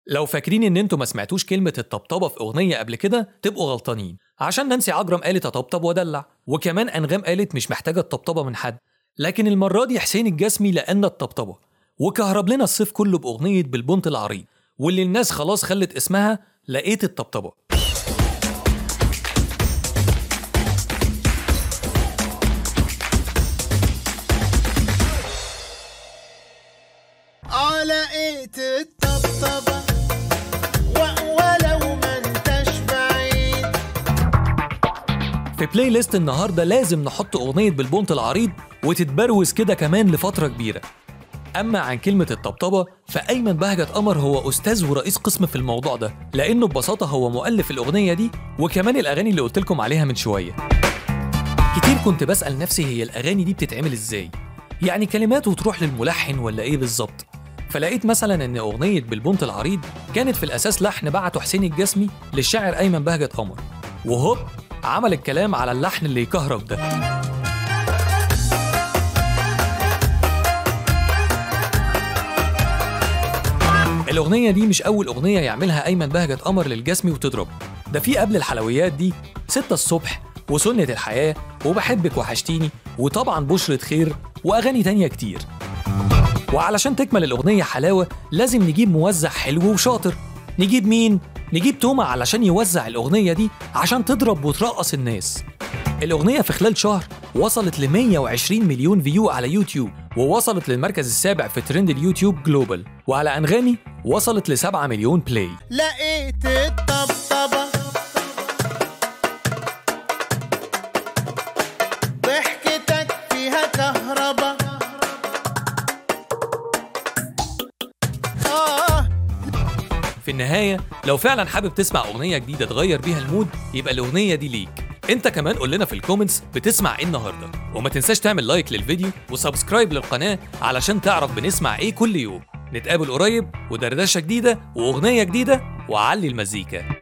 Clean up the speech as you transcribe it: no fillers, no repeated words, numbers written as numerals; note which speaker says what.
Speaker 1: لو فاكرين ان انتوا ما سمعتوش كلمة الطبطبة في اغنية قبل كده تبقوا غلطانين، عشان نانسي عجرم قالت اطبطب ودلع، وكمان انغام قالت مش محتاجة الطبطبة من حد. لكن المرة دي حسين الجسمي لقانا الطبطبة وكهرب لنا الصيف كله باغنية بالبنط العريض، واللي الناس خلاص خلت اسمها لقيت الطبطبة.
Speaker 2: لقيت الطبطبة ولو ما انتش بعيد.
Speaker 1: في بلاي ليست النهاردة لازم نحط أغنية بالبنط العريض وتتبروز كده كمان لفترة كبيرة. أما عن كلمة الطبطبة فأيمن بهجت قمر هو أستاذ ورئيس قسم في الموضوع ده، لأنه ببساطة هو مؤلف الأغنية دي وكمان الأغاني اللي قلتلكم عليها من شوية. كتير كنت بسأل نفسي هي الأغاني دي بتتعمل إزاي؟ يعني كلماته تروح للملحن ولا إيه بالظبط؟ فلقيت مثلا ان اغنيه بالبنط العريض كانت في الاساس لحن بعته حسين الجسمي للشاعر ايمن بهجت قمر، وهوب عمل الكلام على اللحن اللي يكهرب ده. الاغنيه دي مش اول اغنيه يعملها ايمن بهجت قمر للجسمي وتضرب، ده في قبل الحلويات دي 6 الصبح وسنه الحياه وبحبك وحشتيني وطبعا بشرة خير واغاني تانية كتير. وعلشان تكمل الأغنية حلاوة لازم نجيب موزع حلو وشاطر. نجيب مين؟ نجيب توما علشان يوزع الأغنية دي عشان تضرب وترقص الناس. الأغنية في خلال شهر وصلت ل 120 مليون فيو على يوتيوب، ووصلت للمركز السابع في ترند اليوتيوب جلوبال، وعلى أنغامي وصلت ل 7 مليون بلاي.
Speaker 2: لقيت الطبطبة ضحكتك فيها كهربا.
Speaker 1: في النهاية لو فعلا حابب تسمع أغنية جديدة تغير بيها المود يبقى الأغنية دي ليك انت كمان. قول لنا في الكومنتس بتسمع ايه النهاردة، وما تنساش تعمل لايك للفيديو وسبسكرايب للقناة علشان تعرف بنسمع ايه كل يوم. نتقابل قريب ودردشة جديدة وأغنية جديدة وعلي المزيكا.